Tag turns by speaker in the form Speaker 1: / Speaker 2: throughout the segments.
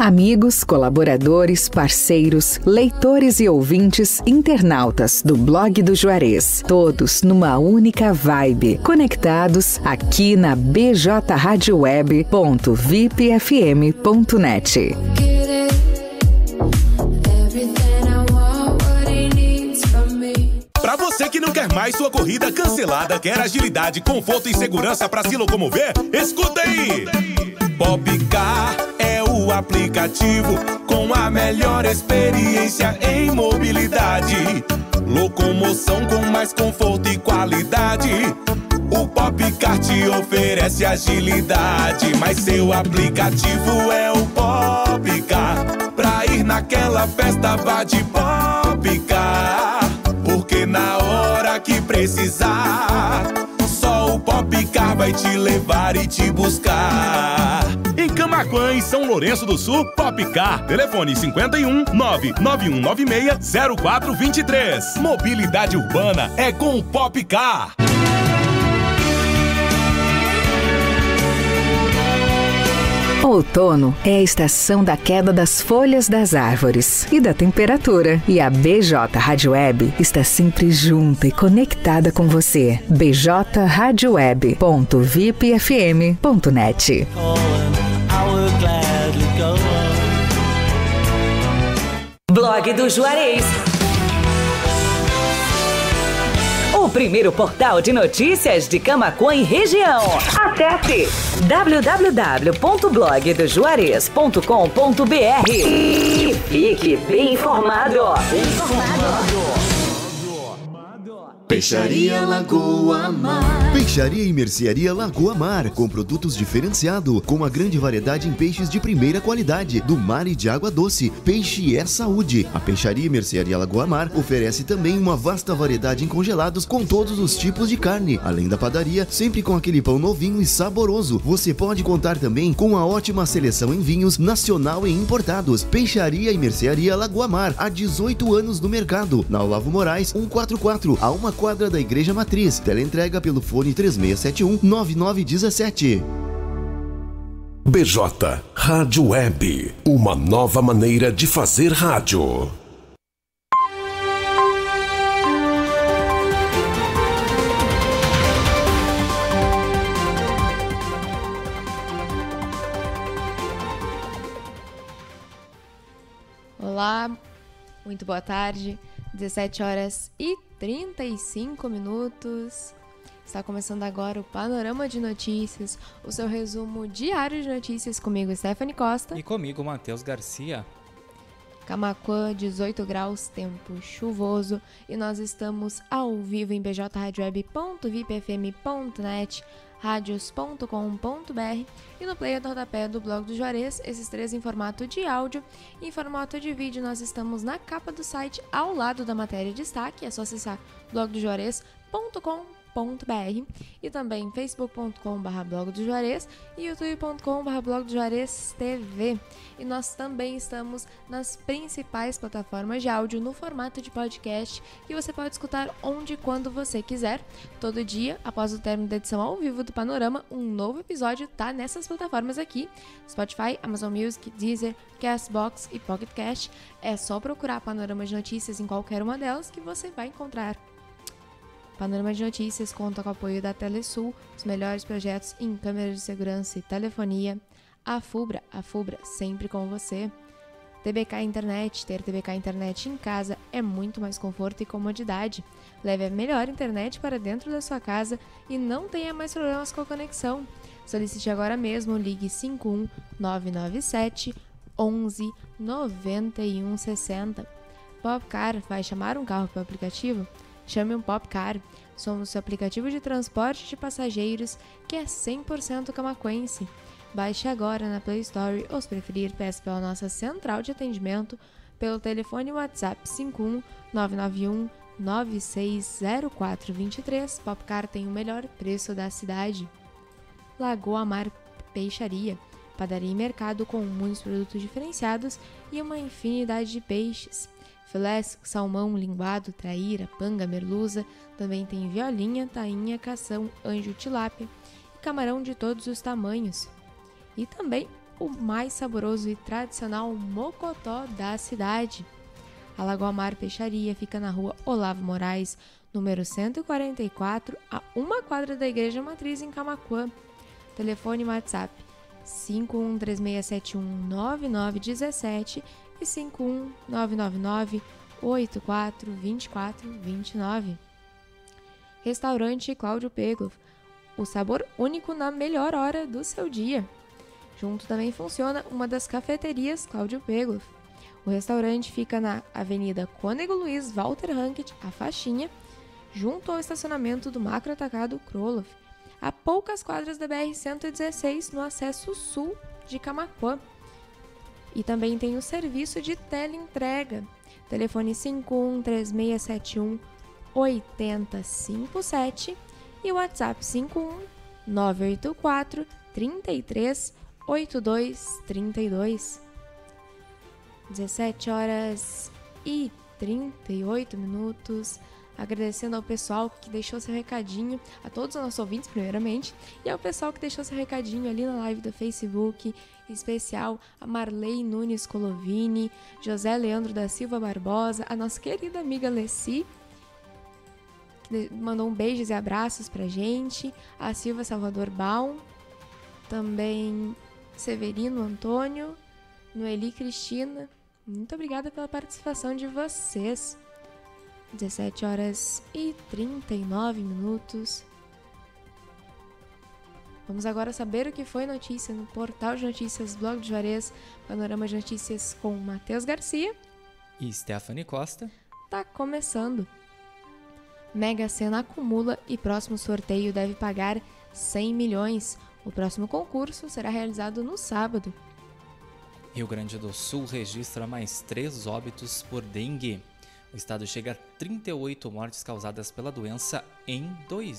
Speaker 1: Amigos, colaboradores, parceiros, leitores e ouvintes, internautas do Blog do Juarez, todos numa única vibe, conectados aqui na bjradioweb.vipfm.net.
Speaker 2: Pra você que não quer mais sua corrida cancelada, quer agilidade, conforto e segurança pra se locomover, escuta aí! Popcar é o aplicativo com a melhor experiência em mobilidade. Locomoção com mais conforto e qualidade. O Popcar te oferece agilidade, mas seu aplicativo é o Popcar. Pra ir naquela festa vá de Popcar, porque na hora que precisar, só o Popcar vai te levar e te buscar. Em Camaquã e São Lourenço do Sul, Popcar. Telefone 51 99196 0423. Mobilidade urbana é com o Popcar.
Speaker 1: Outono é a estação da queda das folhas das árvores e da temperatura. E a BJ Rádio Web está sempre junta e conectada com você. bjradioweb.vipfm.net.
Speaker 3: Blog do Juarez. O primeiro portal de notícias de Camaquã e região. Acesse www.blogdojuarez.com.br e fique bem informado.
Speaker 4: Peixaria Lagoa Mar. Peixaria e Mercearia Lagoa Mar, com produtos diferenciados, com uma grande variedade em peixes de primeira qualidade, do mar e de água doce. Peixe é saúde. A Peixaria e Mercearia Lagoa Mar oferece também uma vasta variedade em congelados com todos os tipos de carne. Além da padaria, sempre com aquele pão novinho e saboroso. Você pode contar também com uma ótima seleção em vinhos nacional e importados. Peixaria e Mercearia Lagoa Mar, há 18 anos no mercado. Na Olavo Moraes, 144, a uma quadra da Igreja Matriz. Teleentrega pelo fone 3671-9917.
Speaker 5: BJ Rádio Web, uma nova maneira de fazer rádio.
Speaker 6: Olá, muito boa tarde. 17 horas e 35 minutos. Está começando agora o Panorama de Notícias, o seu resumo diário de notícias comigo, Stephanie Costa.
Speaker 7: E comigo, Matheus Garcia.
Speaker 6: Camaquã, 18 graus, tempo chuvoso. E nós estamos ao vivo em bjradioweb.vipfm.net, radios.com.br e no player do rodapé do Blog do Juarez, esses três em formato de áudio. Em formato de vídeo, nós estamos na capa do site, ao lado da matéria de destaque. É só acessar blogdojuarez.com.br e também facebook.com/blog do Juarez e youtube.com/blog do Juarez TV. E nós também estamos nas principais plataformas de áudio no formato de podcast, que você pode escutar onde e quando você quiser. Todo dia, após o término da edição ao vivo do Panorama, um novo episódio tá nessas plataformas aqui: Spotify, Amazon Music, Deezer, Castbox e Pocket Cast. É só procurar Panorama de Notícias em qualquer uma delas que você vai encontrar. Panorama de Notícias conta com o apoio da Telesul, os melhores projetos em câmeras de segurança e telefonia. A Fubra sempre com você. TBK Internet, ter TBK Internet em casa é muito mais conforto e comodidade. Leve a melhor internet para dentro da sua casa e não tenha mais problemas com a conexão. Solicite agora mesmo, ligue 51 997 11 91 60. Popcar, vai chamar um carro pelo aplicativo? Chame um Popcar. Somos o seu aplicativo de transporte de passageiros que é 100% camaquense. Baixe agora na Play Store ou, se preferir, peça pela nossa central de atendimento pelo telefone WhatsApp 51 991 960423. Popcar tem o melhor preço da cidade. Lagoa Mar Peixaria, padaria e mercado com muitos produtos diferenciados e uma infinidade de peixes. Filés, salmão, linguado, traíra, panga, merluza, também tem violinha, tainha, cação, anjo, tilápia e camarão de todos os tamanhos. E também o mais saboroso e tradicional mocotó da cidade. A Lagoa Mar Peixaria fica na rua Olavo Moraes, número 144, a 1 quadra da Igreja Matriz em Camaquã. Telefone e WhatsApp 5136719917 e 51999842429. Restaurante Cláudio Pegloff, o sabor único na melhor hora do seu dia. Junto também funciona uma das cafeterias Cláudio Pegloff. O restaurante fica na Avenida Cônego Luiz Walter Hankett, a Faixinha, junto ao estacionamento do Macro Atacado Kroloff, a poucas quadras da BR-116, no acesso sul de Camaquã. E também tem o serviço de teleentrega. Telefone 5136718057 e o WhatsApp 51984 338232. 17h38. Agradecendo ao pessoal que deixou seu recadinho, a todos os nossos ouvintes primeiramente, e ao pessoal que deixou seu recadinho ali na live do Facebook, em especial a Marley Nunes Colovini, José Leandro da Silva Barbosa, a nossa querida amiga Leci, que mandou beijos e abraços pra gente, a Silva Salvador Baum, também Severino Antônio, Noeli Cristina. Muito obrigada pela participação de vocês. 17h39. Vamos agora saber o que foi notícia no portal de notícias Blog do Juarez, Panorama de Notícias com Matheus Garcia
Speaker 7: e Stephanie Costa.
Speaker 6: Tá começando. Mega Sena acumula e próximo sorteio deve pagar 100 milhões. O próximo concurso será realizado no sábado.
Speaker 7: Rio Grande do Sul registra mais 3 óbitos por dengue. O estado chega a 38 mortes causadas pela doença em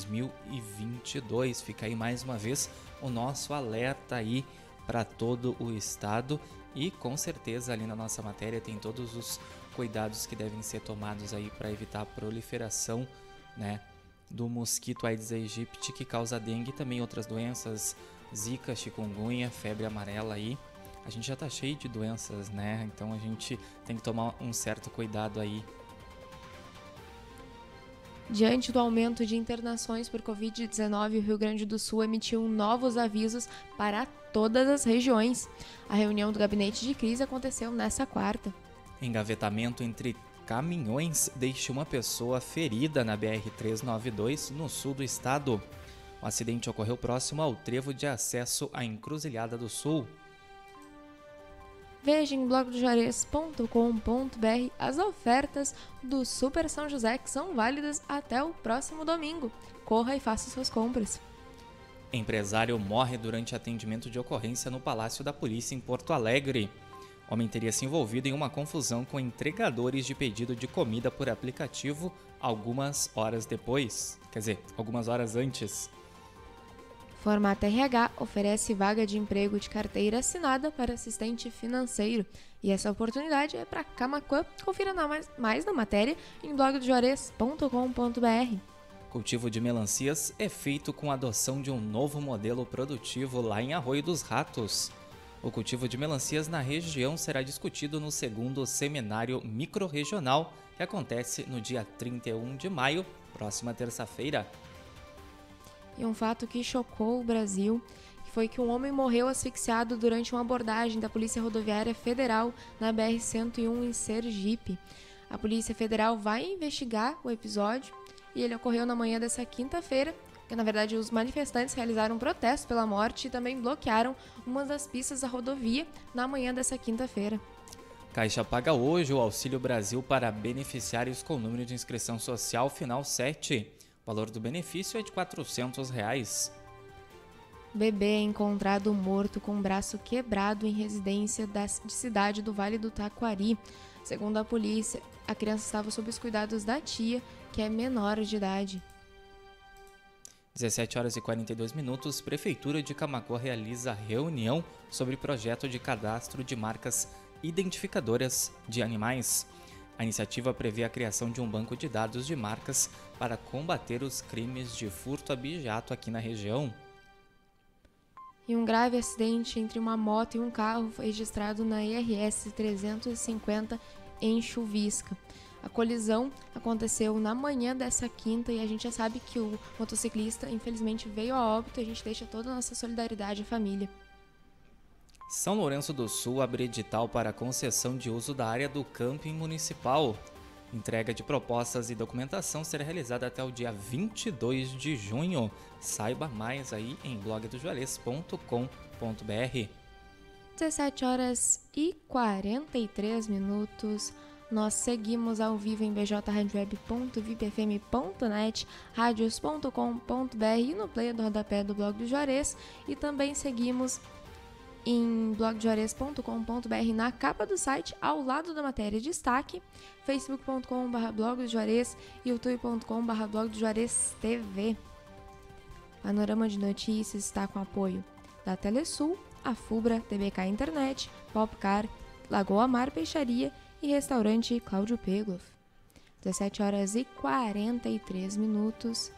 Speaker 7: 2022. Fica aí mais uma vez o nosso alerta aí para todo o estado e com certeza ali na nossa matéria tem todos os cuidados que devem ser tomados aí para evitar a proliferação, né, do mosquito Aedes aegypti, que causa dengue e também outras doenças, zika, chikungunya, febre amarela aí. A gente já tá cheio de doenças, né? Então a gente tem que tomar um certo cuidado aí.
Speaker 6: Diante do aumento de internações por Covid-19, o Rio Grande do Sul emitiu novos avisos para todas as regiões. A reunião do gabinete de crise aconteceu nesta quarta.
Speaker 7: Engavetamento entre caminhões deixa uma pessoa ferida na BR-392, no sul do estado. O acidente ocorreu próximo ao trevo de acesso à Encruzilhada do Sul.
Speaker 6: Veja em blogdojuarez.com.br as ofertas do Super São José que são válidas até o próximo domingo. Corra e faça suas compras.
Speaker 7: Empresário morre durante atendimento de ocorrência no Palácio da Polícia em Porto Alegre. O homem teria se envolvido em uma confusão com entregadores de pedido de comida por aplicativo algumas horas antes.
Speaker 6: Formato RH oferece vaga de emprego de carteira assinada para assistente financeiro. E essa oportunidade é para Camaquã. Confira mais na matéria em blogdojuarez.com.br.
Speaker 7: Cultivo de melancias é feito com a adoção de um novo modelo produtivo lá em Arroio dos Ratos. O cultivo de melancias na região será discutido no 2º Seminário Microrregional, que acontece no dia 31 de maio, próxima terça-feira.
Speaker 6: E um fato que chocou o Brasil foi que um homem morreu asfixiado durante uma abordagem da Polícia Rodoviária Federal na BR-101 em Sergipe. A Polícia Federal vai investigar o episódio e ele ocorreu na manhã dessa quinta-feira, que na verdade os manifestantes realizaram um protesto pela morte e também bloquearam uma das pistas da rodovia na manhã dessa quinta-feira.
Speaker 7: Caixa paga hoje o Auxílio Brasil para beneficiários com número de inscrição social final 7. O valor do benefício é de R$ 400.
Speaker 6: Bebê é encontrado morto com o braço quebrado em residência de cidade do Vale do Taquari. Segundo a polícia, a criança estava sob os cuidados da tia, que é menor de idade.
Speaker 7: 17h42. Prefeitura de Camaquã realiza reunião sobre projeto de cadastro de marcas identificadoras de animais. A iniciativa prevê a criação de um banco de dados de marcas para combater os crimes de furto abigeato aqui na região.
Speaker 6: E um grave acidente entre uma moto e um carro foi registrado na IRS 350 em Chuvisca. A colisão aconteceu na manhã dessa quinta e a gente já sabe que o motociclista infelizmente veio a óbito e a gente deixa toda a nossa solidariedade à família.
Speaker 7: São Lourenço do Sul abre edital para concessão de uso da área do camping municipal. Entrega de propostas e documentação será realizada até o dia 22 de junho. Saiba mais aí em blogdojuarez.com.br.
Speaker 6: 17h43. Nós seguimos ao vivo em bjradioweb.vipfm.net, radios.com.br e no player do rodapé do Blog do Juarez. E também seguimos em blogdojuarez.com.br na capa do site, ao lado da matéria destaque, facebook.com/blogdojuarez e youtube.com/blogdojuarez-tv. Panorama de Notícias está com apoio da Telesul, a Fubra, TBK Internet, Popcar, Lagoa Mar Peixaria e Restaurante Cláudio Pegloff. 17h43.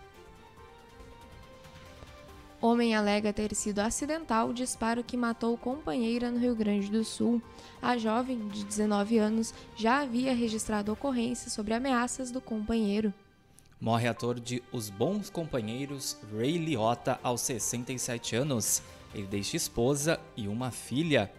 Speaker 6: Homem alega ter sido acidental disparo que matou companheira no Rio Grande do Sul. A jovem, de 19 anos, já havia registrado ocorrência sobre ameaças do companheiro.
Speaker 7: Morre ator de Os Bons Companheiros, Ray Liotta, aos 67 anos. Ele deixa esposa e uma filha.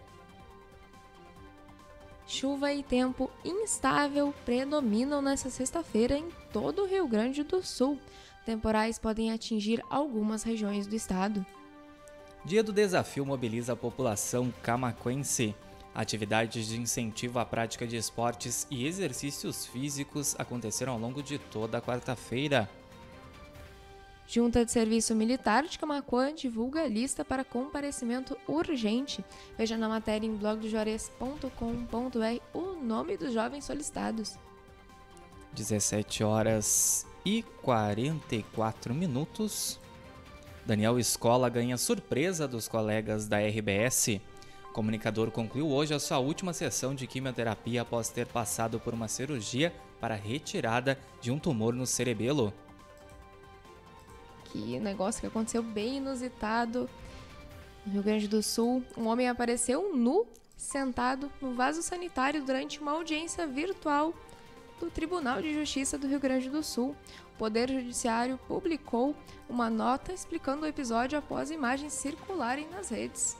Speaker 6: Chuva e tempo instável predominam nesta sexta-feira em todo o Rio Grande do Sul. Temporais podem atingir algumas regiões do estado.
Speaker 7: Dia do Desafio mobiliza a população camaquense. Atividades de incentivo à prática de esportes e exercícios físicos aconteceram ao longo de toda a quarta-feira.
Speaker 6: Junta de Serviço Militar de Camaquã divulga a lista para comparecimento urgente. Veja na matéria em blogdojuarez.com.br o nome dos jovens solicitados.
Speaker 7: 17h44. Daniel Escola ganha surpresa dos colegas da RBS. O comunicador concluiu hoje a sua última sessão de quimioterapia após ter passado por uma cirurgia para retirada de um tumor no cerebelo.
Speaker 6: Que negócio que aconteceu bem inusitado no Rio Grande do Sul. Um homem apareceu nu, sentado no vaso sanitário durante uma audiência virtual do Tribunal de Justiça do Rio Grande do Sul. O Poder Judiciário publicou uma nota explicando o episódio após imagens circularem nas redes.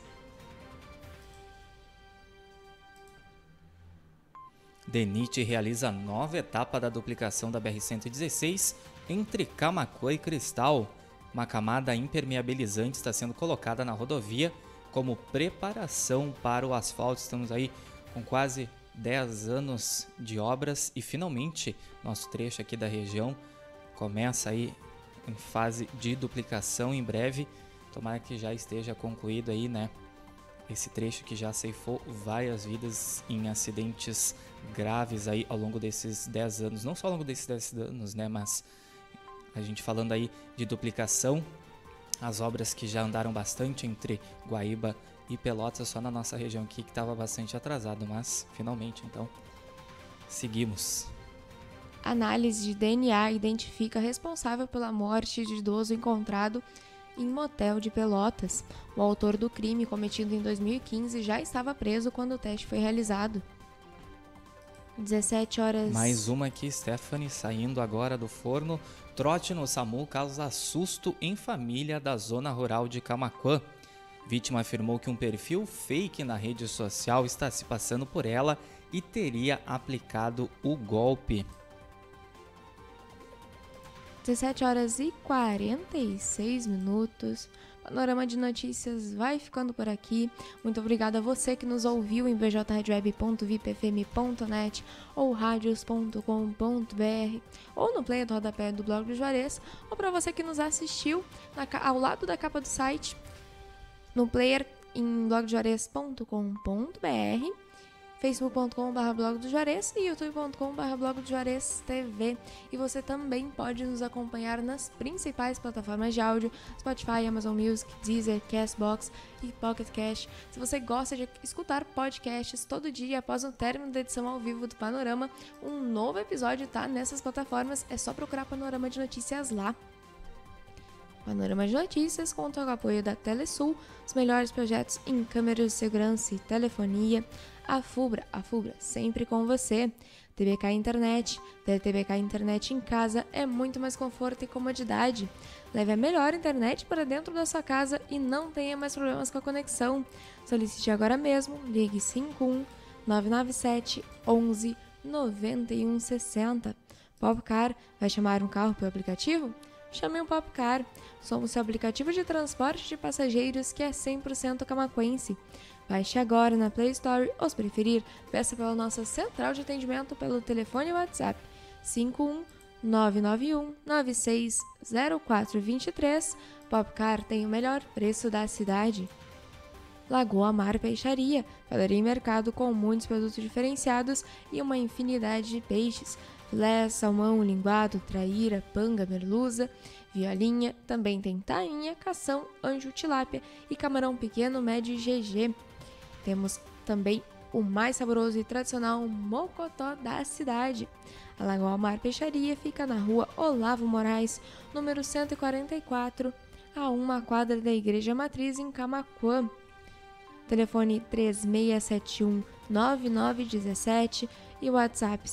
Speaker 7: DENIT realiza a nova etapa da duplicação da BR-116 entre Camaquã e Cristal. Uma camada impermeabilizante está sendo colocada na rodovia como preparação para o asfalto. Estamos aí com quase 10 anos de obras e finalmente nosso trecho aqui da região começa aí em fase de duplicação em breve. Tomara que já esteja concluído aí, né? Esse trecho que já ceifou várias vidas em acidentes graves aí ao longo desses 10 anos. Não só ao longo desses 10 anos, né? Mas a gente falando aí de duplicação, as obras que já andaram bastante entre Guaíba e Pelotas, só na nossa região aqui que estava bastante atrasado, mas finalmente, então, seguimos.
Speaker 6: Análise de DNA identifica responsável pela morte de idoso encontrado em motel de Pelotas. O autor do crime cometido em 2015 já estava preso quando o teste foi realizado. 17h.
Speaker 7: Mais uma aqui, Stephanie, saindo agora do forno. Trote no SAMU causa susto em família da zona rural de Camaquã. Vítima afirmou que um perfil fake na rede social está se passando por ela e teria aplicado o golpe.
Speaker 6: 17h46. Panorama de Notícias vai ficando por aqui. Muito obrigada a você que nos ouviu em bjradioweb.vipfm.net ou radios.com.br ou no player do rodapé do Blog do Juarez, ou para você que nos assistiu ao lado da capa do site, no player em blogdojuarez.com.br, facebook.com/blogdojuarez e youtube.com/blogdojuarez-tv. E você também pode nos acompanhar nas principais plataformas de áudio, Spotify, Amazon Music, Deezer, Castbox e Pocket Cast. Se você gosta de escutar podcasts todo dia após o término da edição ao vivo do Panorama, um novo episódio está nessas plataformas, é só procurar Panorama de Notícias lá. Panorama de Notícias conta com o apoio da Telesul, os melhores projetos em câmeras de segurança e telefonia. A Fubra sempre com você. TBK Internet. Ter TBK Internet em casa é muito mais conforto e comodidade. Leve a melhor internet para dentro da sua casa e não tenha mais problemas com a conexão. Solicite agora mesmo. Ligue 51 997 11 91 60. Popcar, vai chamar um carro pelo aplicativo? Chame um Popcar. Somos seu aplicativo de transporte de passageiros que é 100% camaquense. Baixe agora na Play Store ou, se preferir, peça pela nossa central de atendimento pelo telefone e WhatsApp 51 991 960423. Popcar tem o melhor preço da cidade. Lagoa Mar Peixaria, padaria e mercado com muitos produtos diferenciados e uma infinidade de peixes. Filé, salmão, linguado, traíra, panga, merluza, violinha, também tem tainha, cação, anjo, tilápia e camarão pequeno, médio e GG. Temos também o mais saboroso e tradicional mocotó da cidade. A Lagoa Mar Peixaria fica na rua Olavo Moraes, número 144, a uma quadra da Igreja Matriz em Camaquã. Telefone 3671-9917 e WhatsApp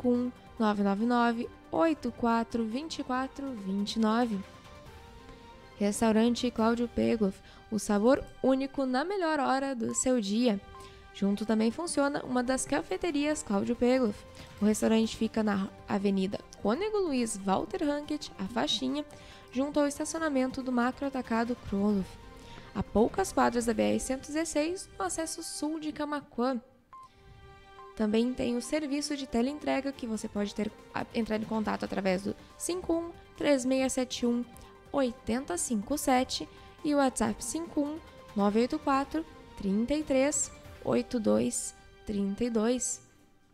Speaker 6: 51999-842429. Restaurante Cláudio Pegloff, o sabor único na melhor hora do seu dia. Junto também funciona uma das cafeterias Cláudio Pegloff. O restaurante fica na Avenida Cônego Luiz Walter Hankett, a Faixinha, junto ao estacionamento do Macro Atacado Kroloff, a poucas quadras da BR-116, no acesso sul de Camaquã. Também tem o serviço de teleentrega que você pode entrar em contato através do 51 3671 8057 e o WhatsApp 51 984 33 82 32.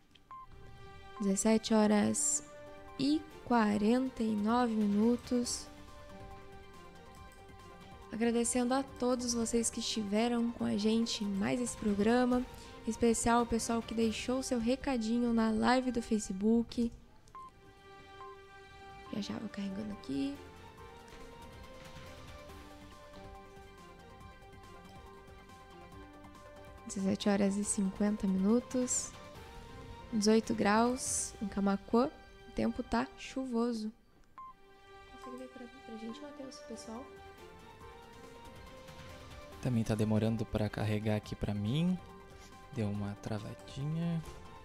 Speaker 6: 17 horas e 49 minutos. Agradecendo a todos vocês que estiveram com a gente em mais esse programa. Em especial o pessoal que deixou seu recadinho na live do Facebook. Já vou carregando aqui. Às 17 horas e 50 minutos. 18 graus em Camaquã. O tempo tá chuvoso. Consegue ver pra gente, Matheus, pessoal?
Speaker 7: Também tá demorando para carregar aqui para mim. Deu uma travadinha.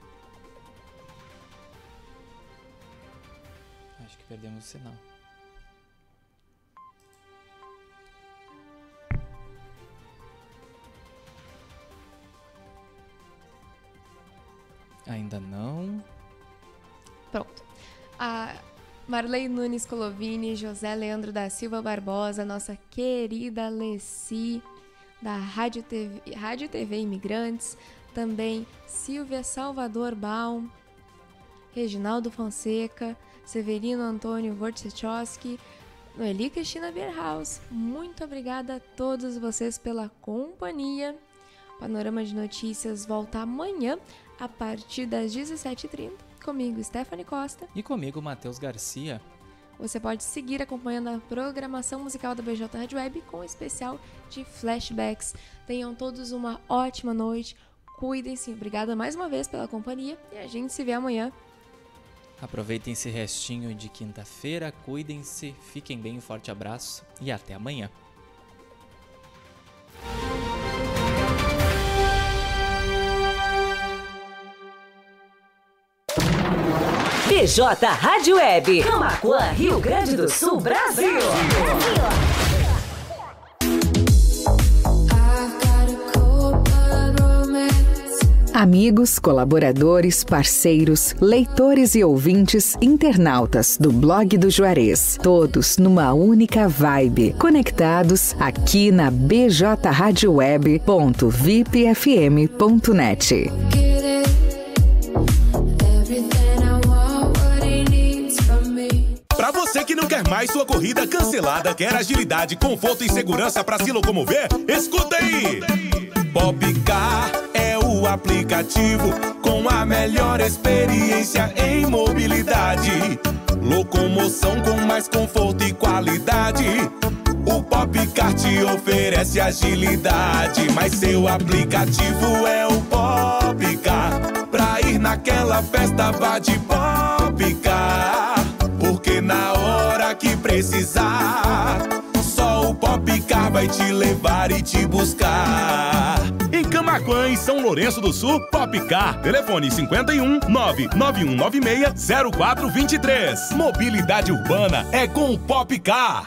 Speaker 7: Acho que perdemos o sinal. Ainda não.
Speaker 6: Pronto. A Marley Nunes Colovini, José Leandro da Silva Barbosa, nossa querida Leci, da Rádio TV Imigrantes, também Silvia Salvador Baum, Reginaldo Fonseca, Severino Antônio Wojciechowski, Noeli Cristina Bierhaus. Muito obrigada a todos vocês pela companhia. Panorama de Notícias volta amanhã a partir das 17h30, comigo, Stephanie Costa.
Speaker 7: E comigo, Matheus Garcia.
Speaker 6: Você pode seguir acompanhando a programação musical da BJ Rádio Web com o especial de flashbacks. Tenham todos uma ótima noite, cuidem-se, obrigada mais uma vez pela companhia e a gente se vê amanhã.
Speaker 7: Aproveitem esse restinho de quinta-feira, cuidem-se, fiquem bem, um forte abraço e até amanhã.
Speaker 3: BJ Rádio Web, Camaquã, Rio Grande do Sul, Brasil.
Speaker 1: Amigos, colaboradores, parceiros, leitores e ouvintes, internautas do Blog do Juarez, todos numa única vibe, conectados aqui na bjradioweb.vipfm.net.
Speaker 2: Para você que não quer mais sua corrida cancelada, quer agilidade, conforto e segurança para se locomover, escuta aí! Popcar é o aplicativo com a melhor experiência em mobilidade. Locomoção com mais conforto e qualidade. O Popcar te oferece agilidade, mas seu aplicativo é o Popcar. Pra ir naquela festa vá de Popcar, porque na hora que precisar, só o Popcar vai te levar e te buscar.
Speaker 8: Em Camaquã e São Lourenço do Sul, Popcar. Telefone 51 99196 0423. Mobilidade urbana é com o Popcar.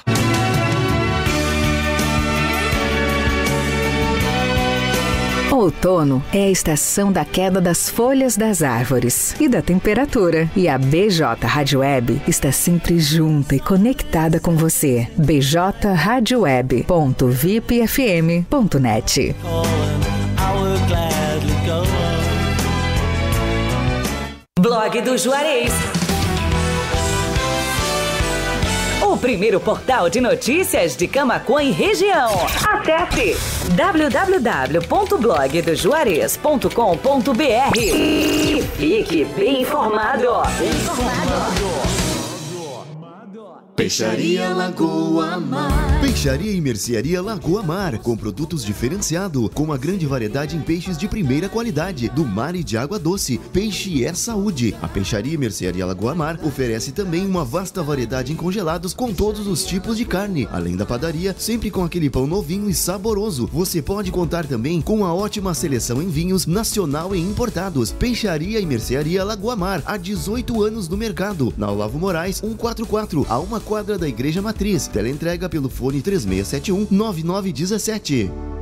Speaker 1: Outono é a estação da queda das folhas das árvores e da temperatura. E a BJ Rádio Web está sempre junta e conectada com você. bjradioweb.vipfm.net.
Speaker 3: Blog do Juarez. O primeiro portal de notícias de Camaquã e região. Acesse www.blogdojuarez.com.br e fique bem informado.
Speaker 4: Peixaria Lagoa Mar. Peixaria e Mercearia Lagoa Mar, com produtos diferenciados, com uma grande variedade em peixes de primeira qualidade, do mar e de água doce. Peixe é saúde. A Peixaria e Mercearia Lagoa Mar oferece também uma vasta variedade em congelados com todos os tipos de carne, além da padaria, sempre com aquele pão novinho e saboroso. Você pode contar também com uma ótima seleção em vinhos nacional e importados. Peixaria e Mercearia Lagoa Mar, há 18 anos no mercado, na Olavo Moraes 144, a uma quadra da Igreja Matriz. Teleentrega pelo fone 3671-9917.